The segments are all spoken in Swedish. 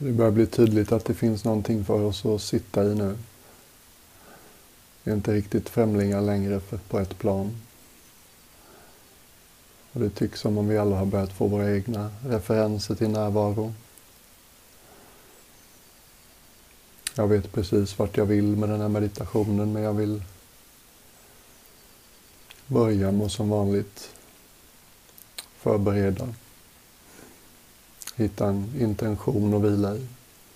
Så det börjar bli tydligt att det finns någonting för oss att sitta i nu. Vi är inte riktigt främlingar längre på ett plan. Och det tycks som om vi alla har börjat få våra egna referenser till närvaro. Jag vet precis vart jag vill med den här meditationen, men jag vill börja med som vanligt förbereda. Hitta en intention att vila i.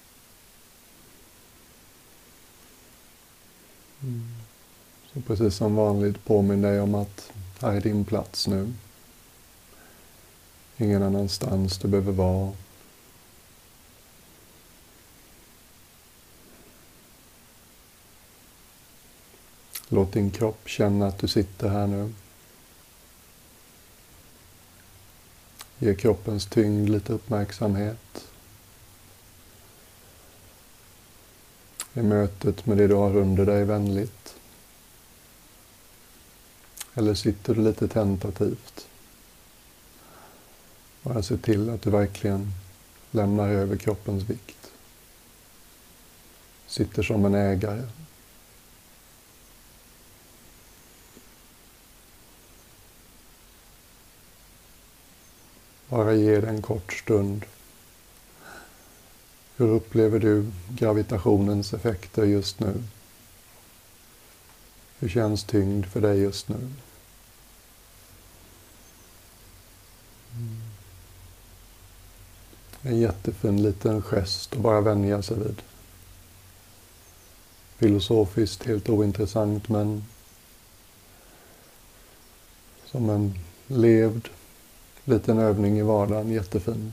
Så precis som vanligt påminn dig om att här är din plats nu. Ingen annanstans du behöver vara. Låt din kropp känna att du sitter här nu. Ge kroppens tyngd lite uppmärksamhet. Är mötet med det du har under dig vänligt? Eller sitter du lite tentativt? Bara se till att du verkligen lämnar över kroppens vikt. Sitter som en ägare. Bara ge det en kort stund. Hur upplever du gravitationens effekter just nu? Hur känns tyngd för dig just nu? En jättefin liten gest att bara vänja sig vid. Filosofiskt helt ointressant, men som en levd liten övning i vardagen, jättefin.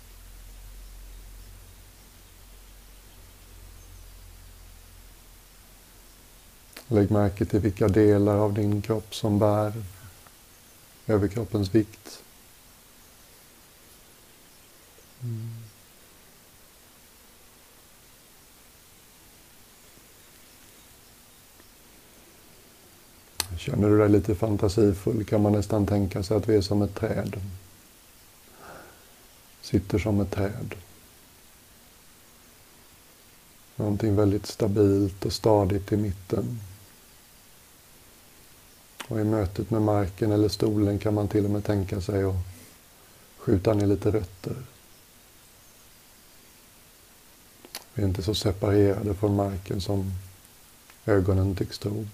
Lägg märke till vilka delar av din kropp som bär överkroppens vikt. Känner du dig lite fantasifull kan man nästan tänka sig att vi är som ett träd. Sitter som ett träd. Någonting väldigt stabilt och stadigt i mitten. Och i mötet med marken eller stolen kan man till och med tänka sig att skjuta ner lite rötter. Vi är inte så separerade från marken som ögonen tycks tro.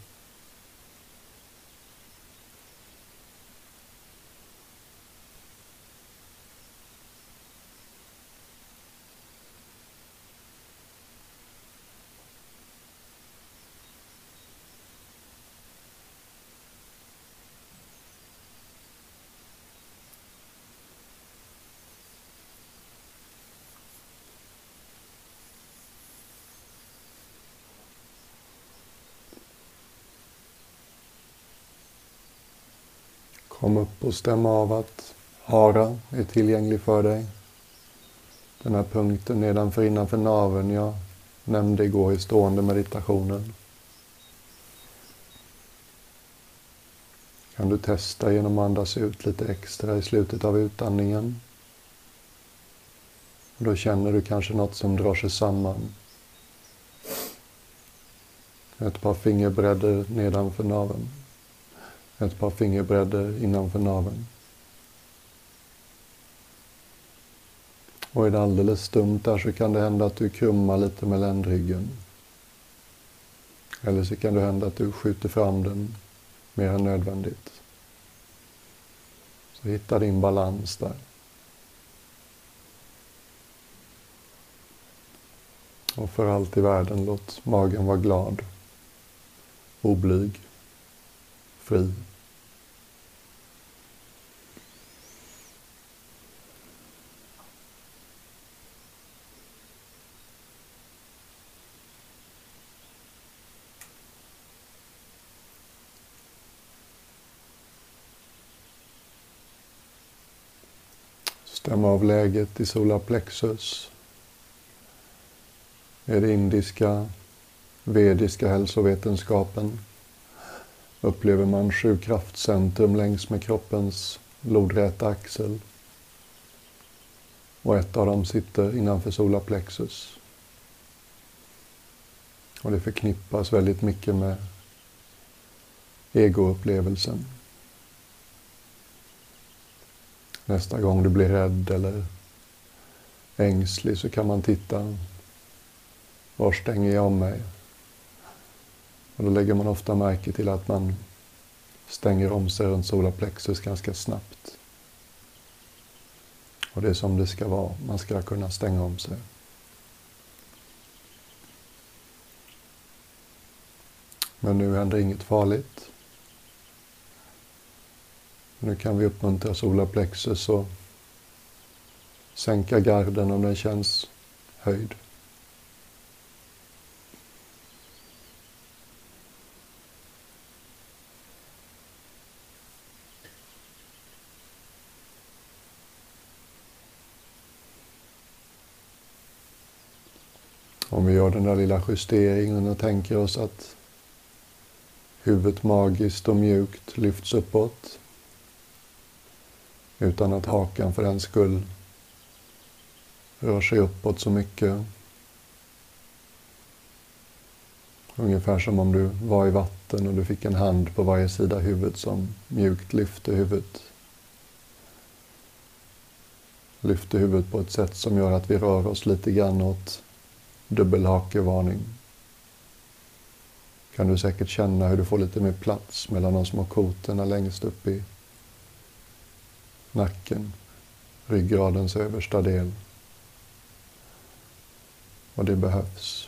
Kom upp och stäm av att hara är tillgänglig för dig. Den här punkten nedanför innanför naveln jag nämnde igår i stående meditationen. Kan du testa genom att andas ut lite extra i slutet av utandningen. Och då känner du kanske något som drar sig samman. Ett par fingerbredder nedanför naveln. Ett par fingerbredder innanför naveln. Och är det alldeles stumt där så kan det hända att du krummar lite med ländryggen. Eller så kan det hända att du skjuter fram den mer än nödvändigt. Så hitta din balans där. Och för allt i världen låt magen vara glad. Oblyg. Fri. Stäm av läget i solarplexus. Är det indiska, vediska hälsovetenskapen upplever man 7 kraftcentrum längs med kroppens lodräta axel. Och ett av dem sitter innanför solarplexus. Och det förknippas väldigt mycket med egoupplevelsen. Nästa gång du blir rädd eller ängslig så kan man titta, var stänger jag om mig? Och då lägger man ofta märke till att man stänger om sig runt solarplexus ganska snabbt. Och det är som det ska vara, man ska kunna stänga om sig. Men nu händer inget farligt. Nu kan vi uppmuntra solarplexus och sänka garden om den känns höjd. Om vi gör den där lilla justeringen och tänker oss att huvudet magiskt och mjukt lyfts uppåt utan att hakan för den skull rör sig uppåt så mycket. Ungefär som om du var i vatten och du fick en hand på varje sida huvudet som mjukt lyfte huvudet. Lyfte huvudet på ett sätt som gör att vi rör oss lite grann åt dubbelhakevarning. Kan du säkert känna hur du får lite mer plats mellan de små kotorna längst upp i nacken, ryggradens översta del. Och det behövs.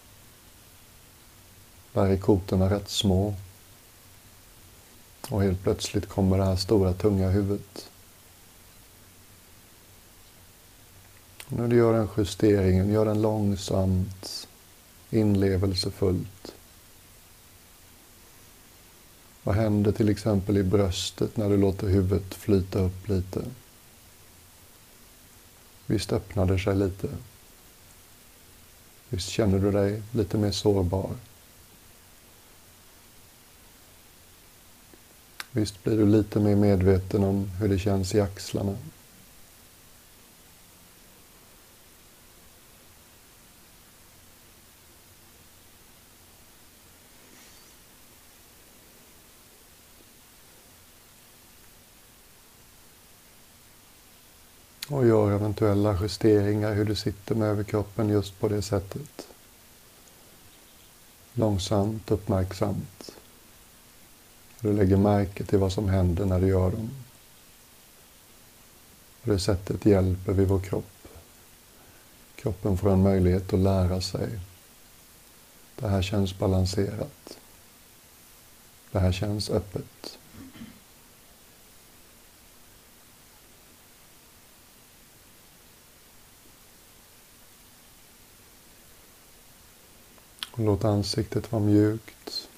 Där är kotorna rätt små. Och helt plötsligt kommer det här stora tunga huvudet. När du gör den justeringen, gör den långsamt, inlevelsefullt. Vad händer till exempel i bröstet när du låter huvudet flyta upp lite? Visst öppnar det sig lite? Visst känner du dig lite mer sårbar? Visst blir du lite mer medveten om hur det känns i axlarna? Och gör eventuella justeringar hur du sitter med överkroppen just på det sättet. Långsamt, uppmärksamt. Du lägger märke till vad som händer när du gör dem. På det sättet hjälper vi vår kropp. Kroppen får en möjlighet att lära sig. Det här känns balanserat. Det här känns öppet. Och låt ansiktet vara mjukt.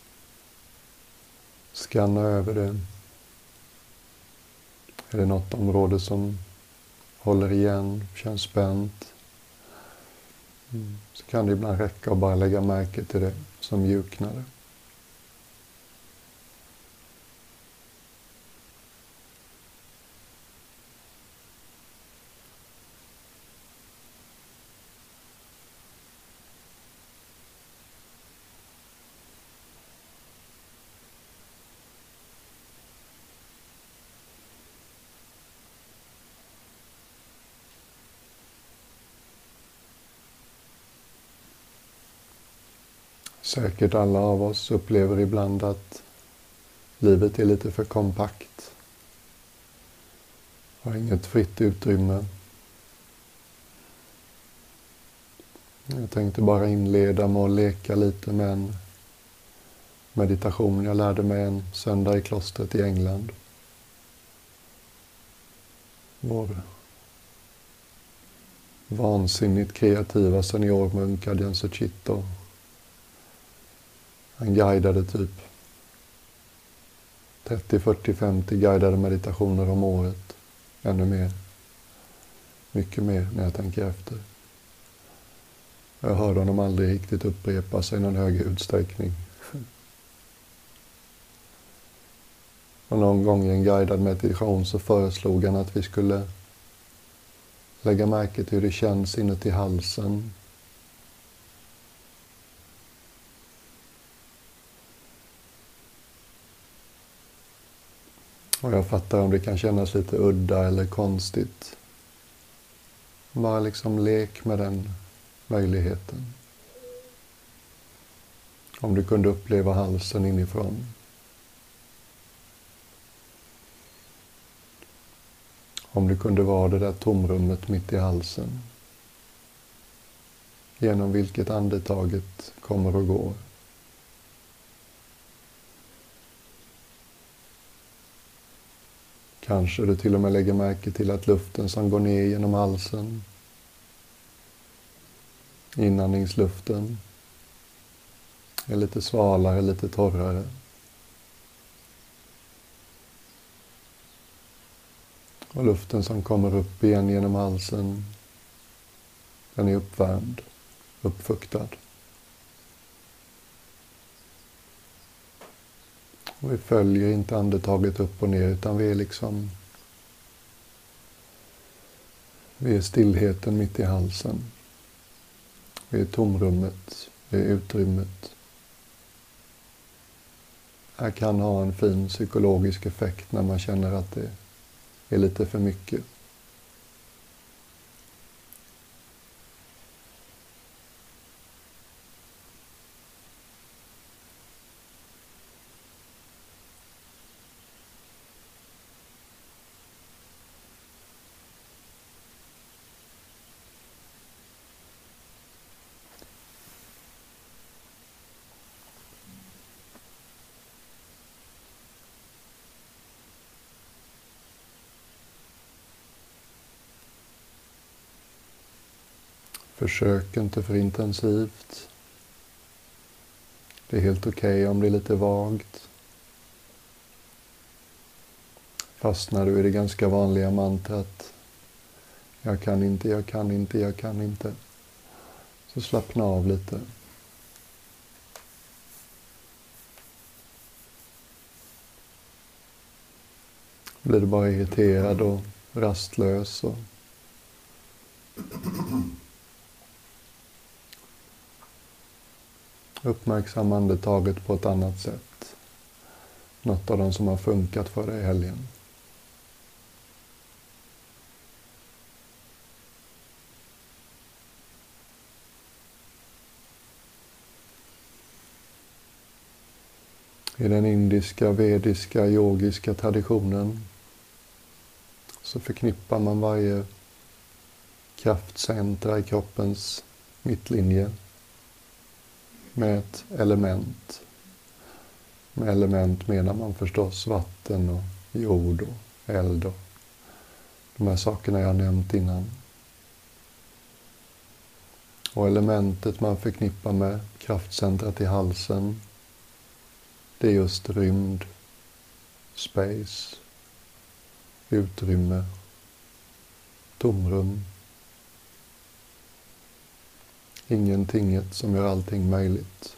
Skanna över det. Är det något område som håller igen, känns spänt? Så kan det ibland räcka att bara lägga märke till det som mjuknar. Säkert alla av oss upplever ibland att livet är lite för kompakt. Har inget fritt utrymme. Jag tänkte bara inleda med att leka lite med en meditation jag lärde mig en söndag i klostret i England. Vår vansinnigt kreativa seniormunk Adrian Suchito. Han guidade typ 30, 40, 50 guidade meditationer om året. Ännu mer. Mycket mer när jag tänker efter. Jag hörde honom aldrig riktigt upprepa sig i någon hög utsträckning. Och någon gång i en guidad meditation så föreslog han att vi skulle lägga märke till hur det känns inuti halsen. Och jag fattar om det kan kännas lite udda eller konstigt. Bara liksom lek med den möjligheten. Om du kunde uppleva halsen inifrån. Om du kunde vara det där tomrummet mitt i halsen. Genom vilket andetaget kommer och går. Kanske du till och med lägger märke till att luften som går ner genom halsen, inandningsluften, är lite svalare, lite torrare. Och luften som kommer upp igen genom halsen, den är uppvärmd, uppfuktad. Och vi följer inte andetaget upp och ner, utan vi är stillheten mitt i halsen. Vi är tomrummet, vi är utrymmet. Det kan ha en fin psykologisk effekt när man känner att det är lite för mycket. Försök inte för intensivt. Det är helt okej om det är lite vagt. Fastnar du i det ganska vanliga mantrat jag kan inte, jag kan inte, jag kan inte. Så slappna av lite. Blir du bara irriterad och rastlös och uppmärksamma andetaget på ett annat sätt. Något av dem som har funkat för dig i helgen. I den indiska, vediska, yogiska traditionen så förknippar man varje kraftcentra i kroppens mittlinje med ett element. Med element menar man förstås vatten och jord och eld och de här sakerna jag nämnt innan. Och elementet man förknippar med kraftcentrat i halsen, det är just rymd, space, utrymme, tomrum. Ingentinget som gör allting möjligt.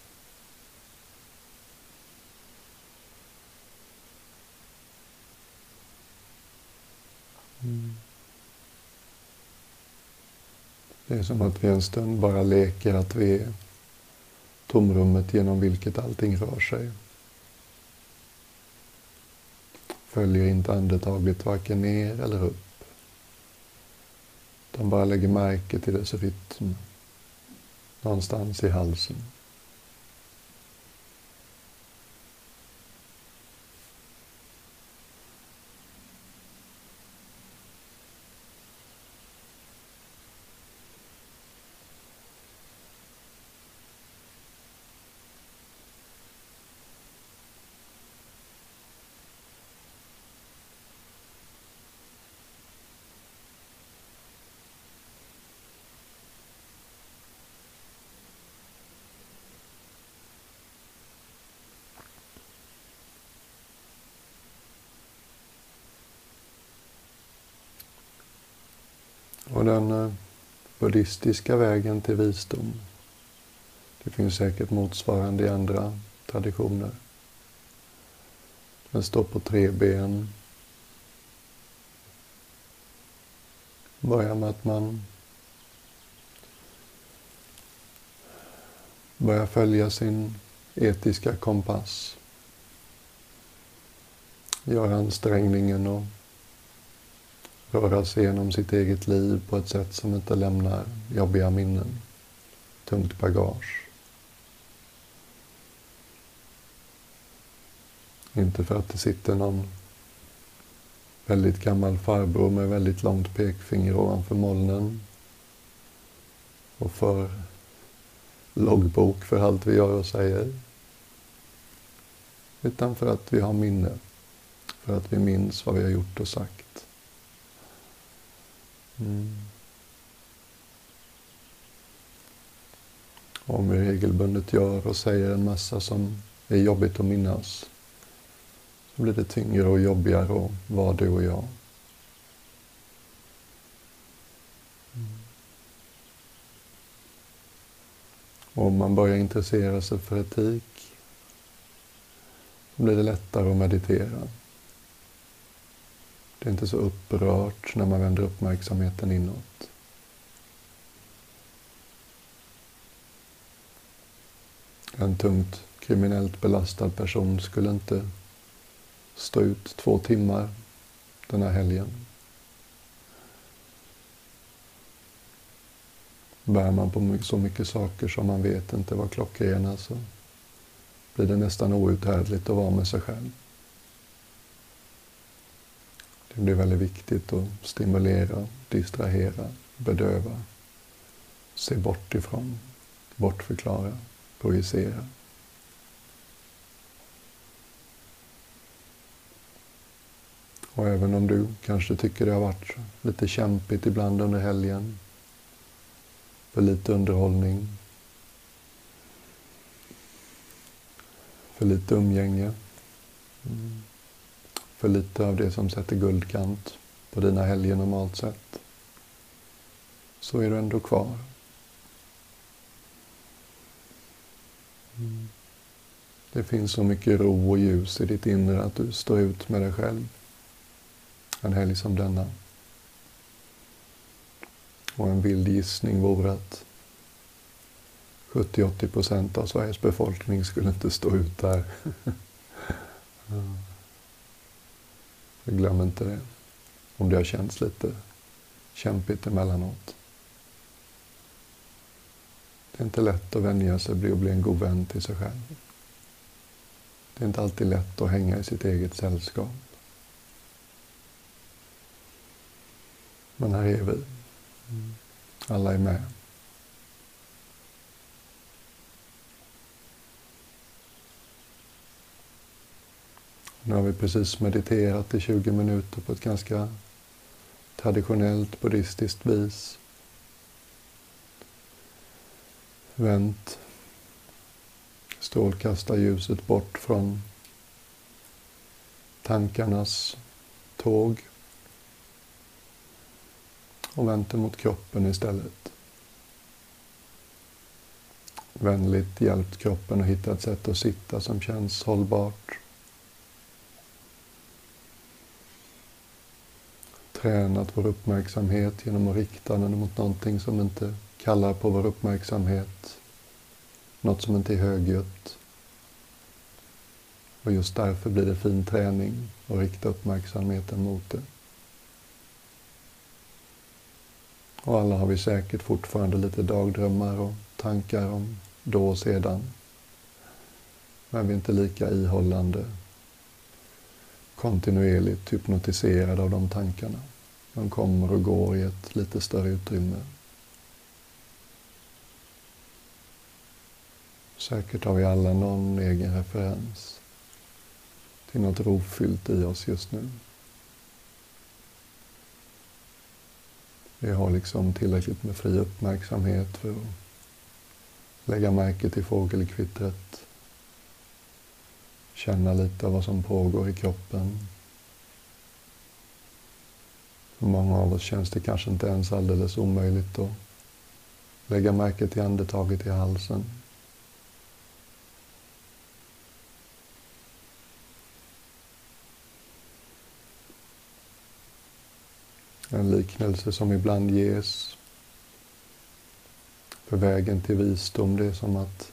Det är som att vi en stund bara leker att vi är tomrummet genom vilket allting rör sig. Följer inte andetaget varken ner eller upp. De bara lägger märke till dess rytm. Någonstans i halsen. Och den buddhistiska vägen till visdom. Det finns säkert motsvarande i andra traditioner. Den står på 3 ben. Börja med att man börjar följa sin etiska kompass. Gör ansträngningen och röra sig genom sitt eget liv på ett sätt som inte lämnar jobbiga minnen, tungt bagage. Inte för att det sitter någon väldigt gammal farbror med väldigt långt pekfinger ovanför molnen och för loggbok för allt vi gör och säger. Utan för att vi har minne, för att vi minns vad vi har gjort och sagt. Om vi regelbundet gör och säger en massa som är jobbigt att minnas, så blir det tyngre och jobbigare att vara du och jag. Och om man börjar intressera sig för etik, så blir det lättare att meditera. Det är inte så upprört när man vänder uppmärksamheten inåt. En tungt kriminellt belastad person skulle inte stå ut 2 timmar den här helgen. Bär man på så mycket saker som man vet inte vad klockrena, så blir det nästan outhärdligt att vara med sig själv. Det blir väldigt viktigt att stimulera, distrahera, bedöva, se bort ifrån, bortförklara, projicera. Och även om du kanske tycker det har varit lite kämpigt ibland under helgen, för lite underhållning, för lite umgänge, för lite av det som sätter guldkant på dina helger normalt sett, så är du ändå kvar. Det finns så mycket ro och ljus i ditt inre att du står ut med dig själv en helg som denna. Och en vild gissning vore att 70-80% av Sveriges befolkning skulle inte stå ut där. Glöm inte det, om det har känts lite kämpigt emellanåt. Det är inte lätt att vänja sig och bli en god vän till sig själv. Det är inte alltid lätt att hänga i sitt eget sällskap. Men här är vi. Alla är med. Nu har vi precis mediterat i 20 minuter på ett ganska traditionellt buddhistiskt vis. Vänt strålkastarljuset bort från tankarnas tåg och vänt mot kroppen istället. Vänligt hjälpt kroppen att hitta ett sätt att sitta som känns hållbart. Tränat vår uppmärksamhet genom att rikta den mot någonting som inte kallar på vår uppmärksamhet. Något som inte är högljutt. Och just därför blir det fin träning att rikta uppmärksamheten mot det. Och alla har vi säkert fortfarande lite dagdrömmar och tankar om då och sedan. Men vi är inte lika ihållande, kontinuerligt hypnotiserade av de tankarna. De kommer och går i ett lite större utrymme. Säkert har vi alla någon egen referens till något rofyllt i oss just nu. Vi har liksom tillräckligt med fri uppmärksamhet för att lägga märke till fågelkvittret. Känna lite av vad som pågår i kroppen. För många av oss känns det kanske inte ens alldeles omöjligt att lägga märke till andetaget i halsen. En liknelse som ibland ges för vägen till visdom, det är som att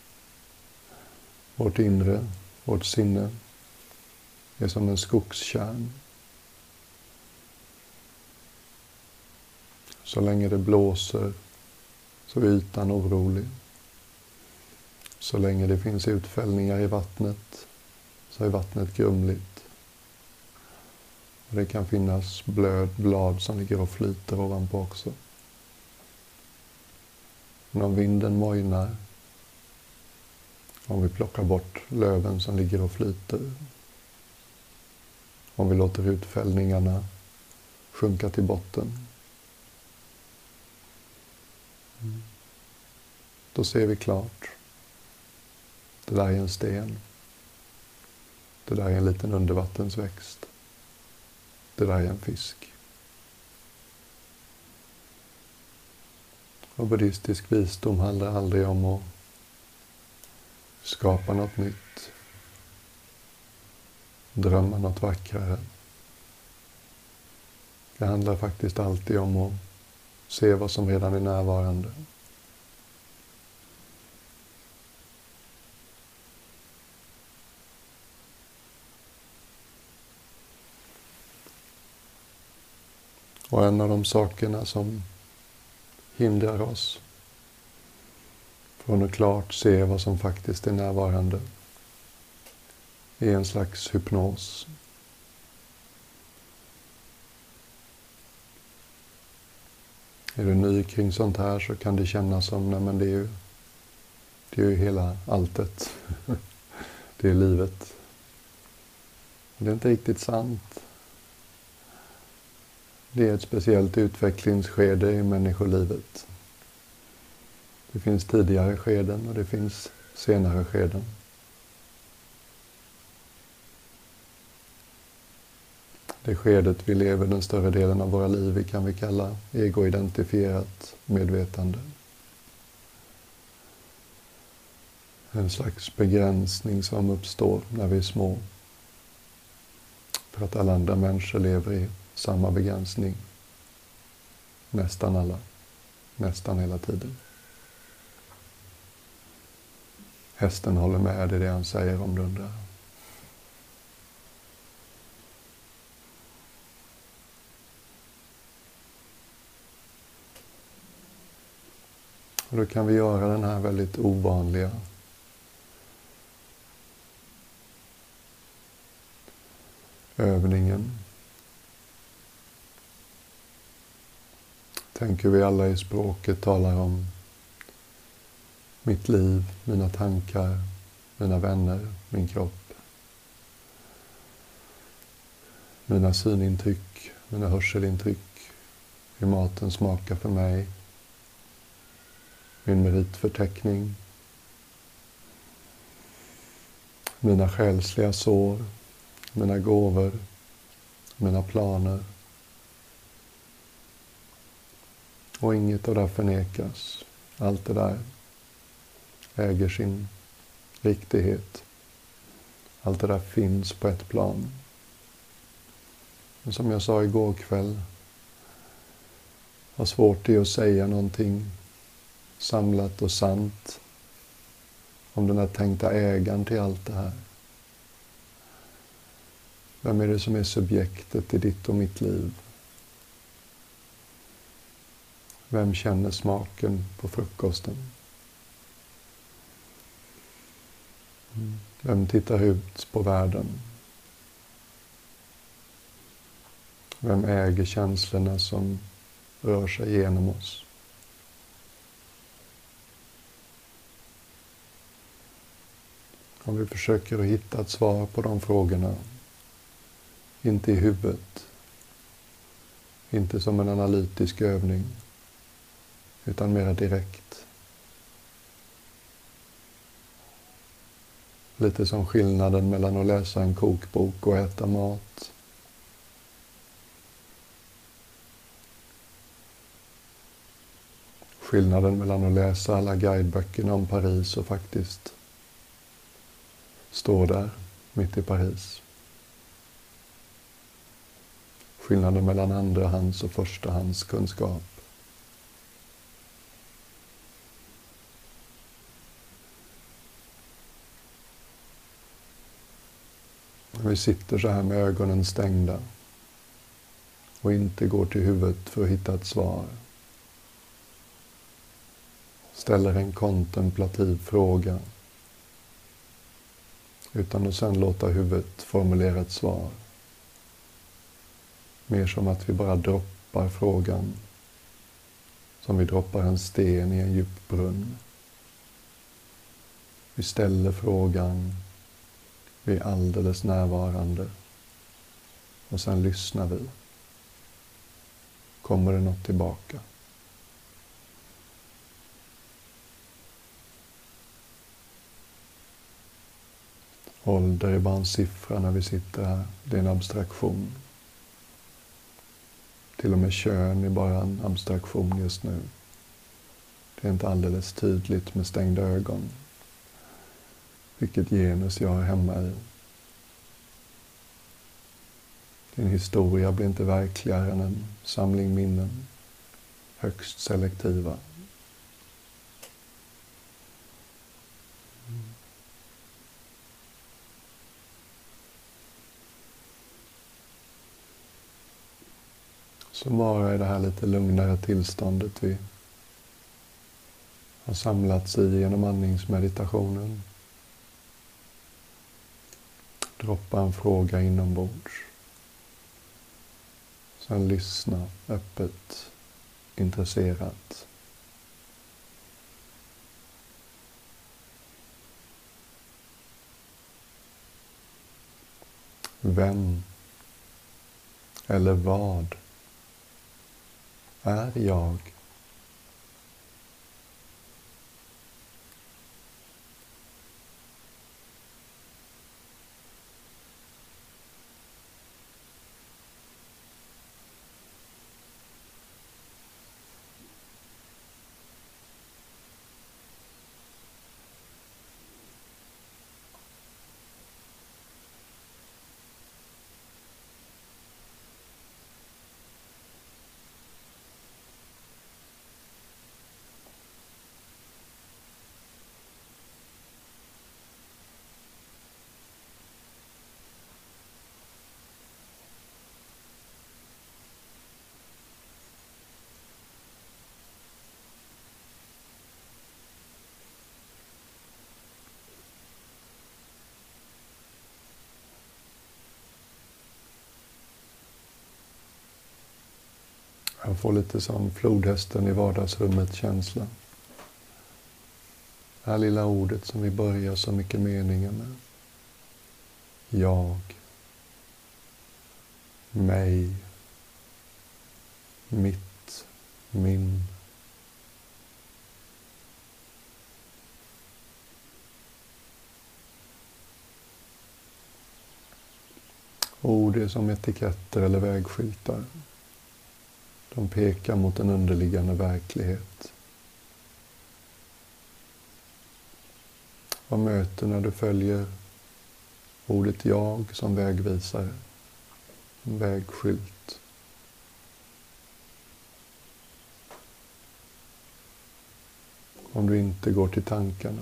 vårt inre, vårt sinne är som en skogskärn. Så länge det blåser så är ytan orolig. Så länge det finns utfällningar i vattnet så är vattnet grumligt. Och det kan finnas blad som ligger och flyter ovanpå också. Men om vinden mojnar, om vi plockar bort löven som ligger och flyter, om vi låter utfällningarna sjunka till botten, då ser vi klart. Det där är en sten. Det där är en liten undervattensväxt. Det där är en fisk. Och buddhistisk visdom handlar aldrig om att skapa något nytt. Drömma något vackrare. Det handlar faktiskt alltid om att se vad som redan är närvarande. Och en av de sakerna som hindrar oss från att klart se vad som faktiskt är närvarande är en slags hypnos. Är du ny kring sånt här så kan det kännas som, nej men det är ju hela alltet. Det är livet. Det är inte riktigt sant. Det är ett speciellt utvecklingsskede i människolivet. Det finns tidigare skeden och det finns senare skeden. Det skedet vi lever den större delen av våra liv kan vi kalla egoidentifierat medvetande. En slags begränsning som uppstår när vi är små. För att alla andra människor lever i samma begränsning. Nästan alla. Nästan hela tiden. Hästen håller med, det är det han säger om du undrar. Och då kan vi göra den här väldigt ovanliga övningen. Tänk hur vi alla i språket talar om mitt liv, mina tankar, mina vänner, min kropp. Mina synintryck, mina hörselintryck, hur maten smakar för mig. Min meritförteckning. Mina själsliga sår, mina gåvor, mina planer. Och inget av det förnekas. Allt det där äger sin riktighet. Allt det där finns på ett plan. Men som jag sa igår kväll, vad svårt det är att säga någonting samlat och sant om den här tänkta ägaren till allt det här. Vem är det som är subjektet i ditt och mitt liv? Vem känner smaken på frukosten? Vem tittar ut på världen? Vem äger känslorna som rör sig genom oss? Om vi försöker att hitta ett svar på de frågorna, inte i huvudet, inte som en analytisk övning, utan mera direkt. Lite som skillnaden mellan att läsa en kokbok och äta mat. Skillnaden mellan att läsa alla guideböckerna om Paris och faktiskt stå där mitt i Paris. Skillnaden mellan andrahands och förstahands kunskap. Vi sitter så här med ögonen stängda och inte går till huvudet för att hitta ett svar. Ställer en kontemplativ fråga utan att sedan låta huvudet formulera ett svar. Mer som att vi bara droppar frågan, som vi droppar en sten i en djup brunn. Vi ställer frågan, vi är alldeles närvarande och sen lyssnar vi. Kommer det något tillbaka? Ålder är bara en siffra när vi sitter här. Det är en abstraktion. Till och med kön är bara en abstraktion just nu. Det är inte alldeles tydligt med stängda ögon vilket genus jag är hemma i. Din historia blir inte verkligare än en samling minnen, högst selektiva. Så bara i det här lite lugnare tillståndet vi har samlats i genom andningsmeditationen. Droppa en fråga inombords. Sen lyssna öppet, intresserat. Vem eller vad är jag? Jag får lite som flodhästen i vardagsrummet känsla. Det här lilla ordet som vi börjar så mycket meningar med. Jag. Mig. Mitt. Min. Ord är som etiketter eller vägskyltar. De pekar mot en underliggande verklighet. Vad möter när du följer ordet jag som vägvisare? En vägskylt. Om du inte går till tankarna.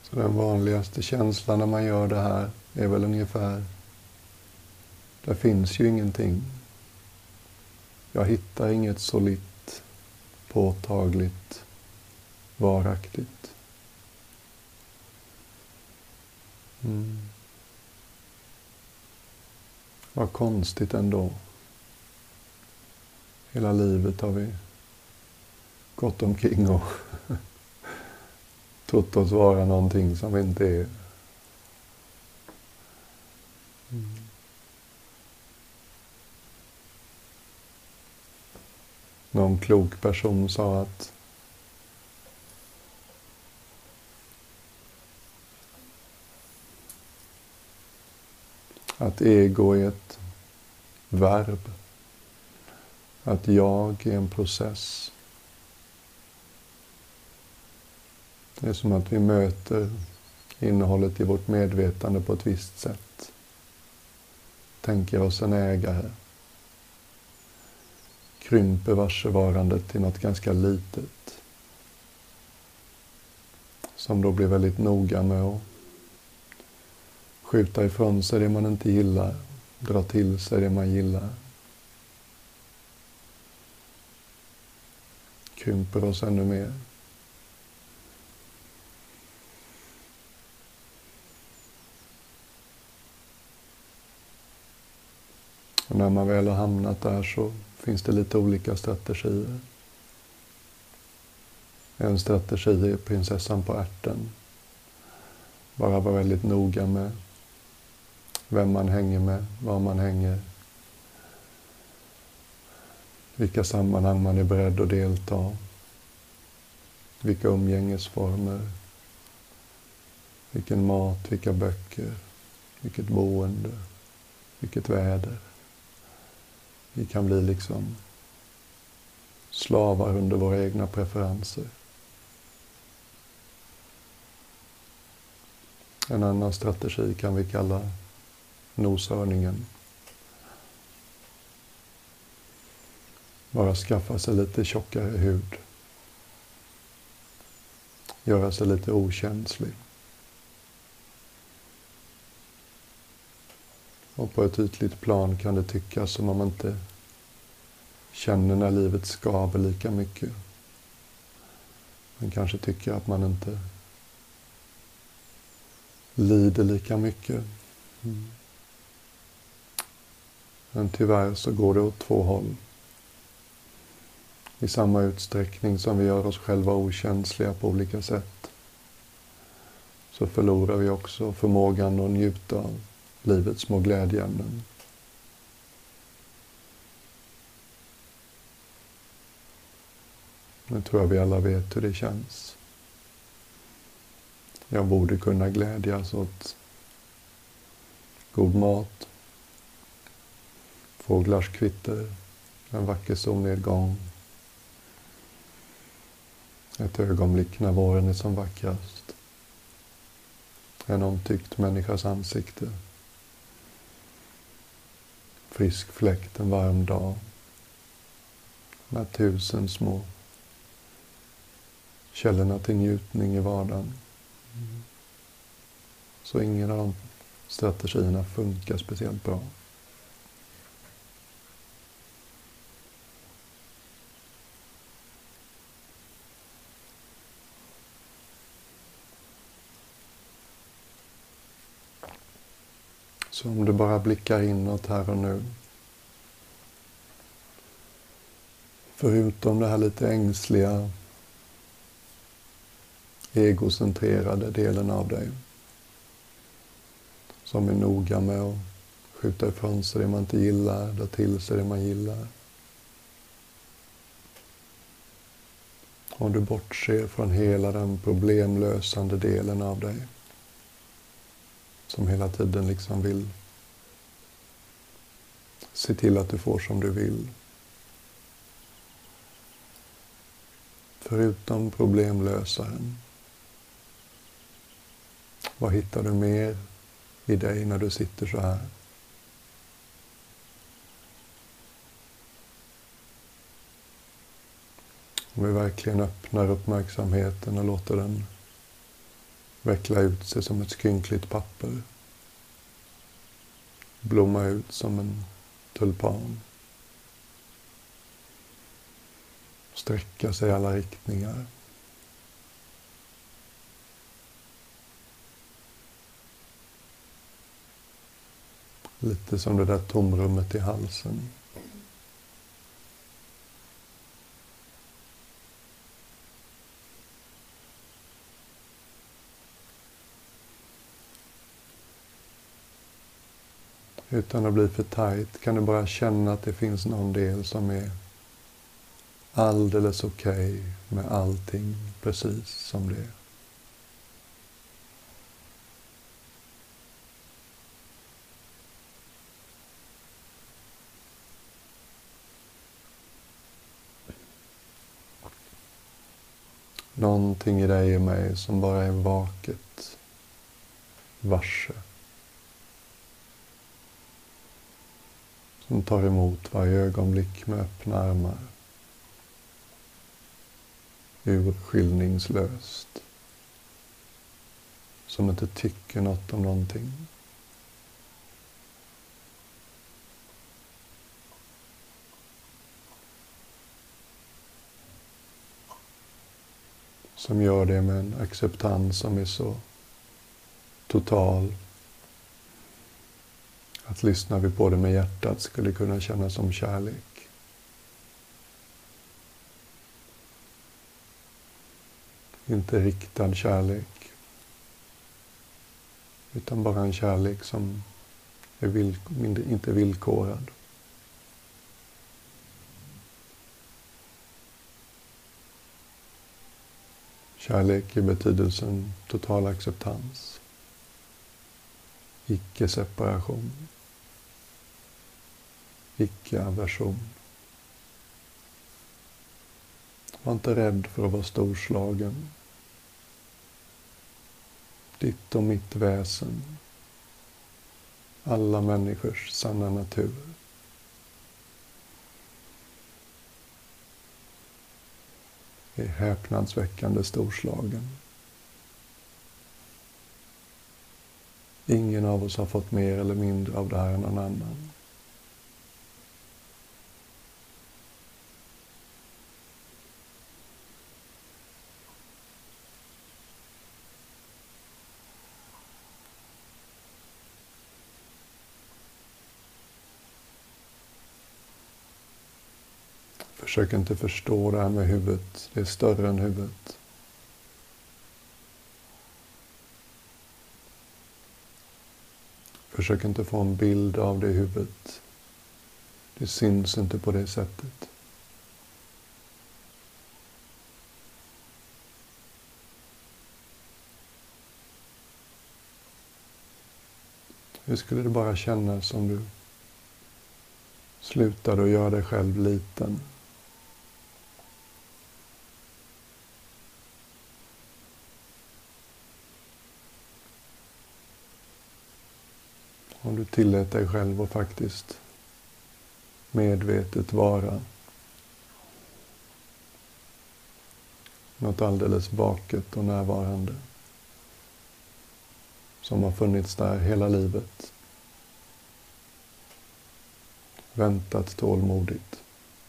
Så den vanligaste känslan när man gör det här är väl ungefär: det finns ju ingenting. Jag hittar inget solitt, påtagligt, varaktigt. Vad konstigt ändå. Hela livet har vi gått omkring och trott oss vara någonting som vi inte är. Någon klok person sa att ego är ett verb. Att jag är en process. Det är som att vi möter innehållet i vårt medvetande på ett visst sätt. Tänker oss en ägare. Krymper varsevarandet till något ganska litet. Som då blir väldigt noga med att skjuta ifrån sig det man inte gillar. Dra till sig det man gillar. Krymper oss ännu mer. Och när man väl har hamnat där så finns det lite olika strategier. En strategi är prinsessan på ärten. Bara vara väldigt noga med vem man hänger med, var man hänger. Vilka sammanhang man är beredd att delta. Vilka umgängesformer. Vilken mat, vilka böcker. Vilket boende. Vilket väder. Vi kan bli liksom slavar under våra egna preferenser. En annan strategi kan vi kalla noshörningen. Bara skaffa sig lite tjockare hud. Göra sig lite okänslig. Och på ett ytligt plan kan det tyckas som om man inte känner när livet skaver lika mycket. Man kanske tycker att man inte lider lika mycket. Men tyvärr så går det åt två håll. I samma utsträckning som vi gör oss själva okänsliga på olika sätt så förlorar vi också förmågan att njuta av livets små glädjeämnen. Nu tror jag vi alla vet hur det känns. Jag borde kunna glädjas åt god mat, fåglars kvitter, en vacker solnedgång, ett ögonblick när våren är som vackrast, en omtyckt människas ansikte, frisk fläkt en varm dag, med 1000 små källorna till njutning i vardagen. Så ingen av de strategierna funkar speciellt bra. Så om du bara blickar inåt här och nu. Förutom det här lite ängsliga, egocentrerade delen av dig. Som är noga med att skjuta ifrån sig det man inte gillar, dra till sig det man gillar. Om du bortser från hela den problemlösande delen av dig. Som hela tiden liksom vill se till att du får som du vill. Förutom problemlösaren. Vad hittar du mer i dig när du sitter så här? Om vi verkligen öppnar uppmärksamheten och låter den veckla ut sig som ett skrynkligt papper, blomma ut som en tulpan, sträcka sig i alla riktningar. Lite som det där tomrummet i halsen. Utan att bli för tajt kan du bara känna att det finns någon del som är alldeles okej med allting precis som det är. Någonting i dig och mig som bara är vaket, varse. Som tar emot varje ögonblick med öppna armar. Urskiljningslöst. Som inte tycker något om någonting. Som gör det med en acceptans som är så total att lyssnar vi på det med hjärtat skulle kunna kännas som kärlek. Inte riktad kärlek, utan bara en kärlek som är inte villkorad. Kärlek i betydelsen total acceptans, icke-separation, icke-aversion. Var inte rädd för att vara storslagen. Ditt och mitt väsen, alla människors sanna natur. Är häpnadsväckande storslagen. Ingen av oss har fått mer eller mindre av det här än någon annan. Försök inte förstå det här med huvudet. Det är större än huvudet. Försök inte få en bild av det i huvudet. Det syns inte på det sättet. Hur skulle det bara kännas om du slutade att göra dig själv liten? Om du tillät dig själv att faktiskt medvetet vara något alldeles vaket och närvarande som har funnits där hela livet. Väntat tålmodigt.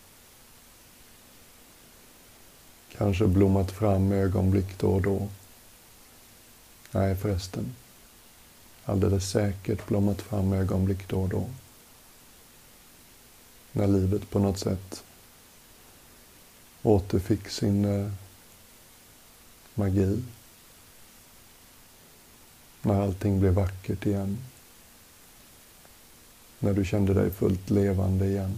Kanske blommat fram ögonblick då och då. Nej förresten. Alldeles säkert blommat fram ögonblick då och då. När livet på något sätt återfick sin magi. När allting blev vackert igen. När du kände dig fullt levande igen.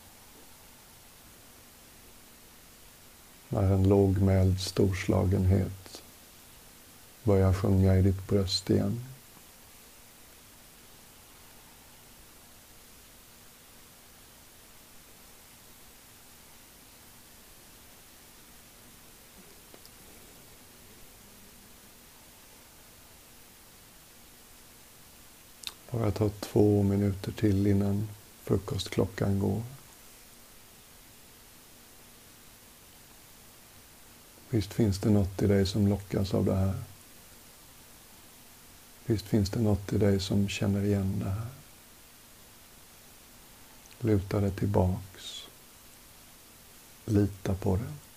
När en lågmäld storslagenhet börjar sjunga i ditt bröst igen. Bara ta 2 minuter till innan frukostklockan går. Visst finns det något i dig som lockas av det här. Visst finns det något i dig som känner igen det här. Luta dig tillbaks. Lita på det.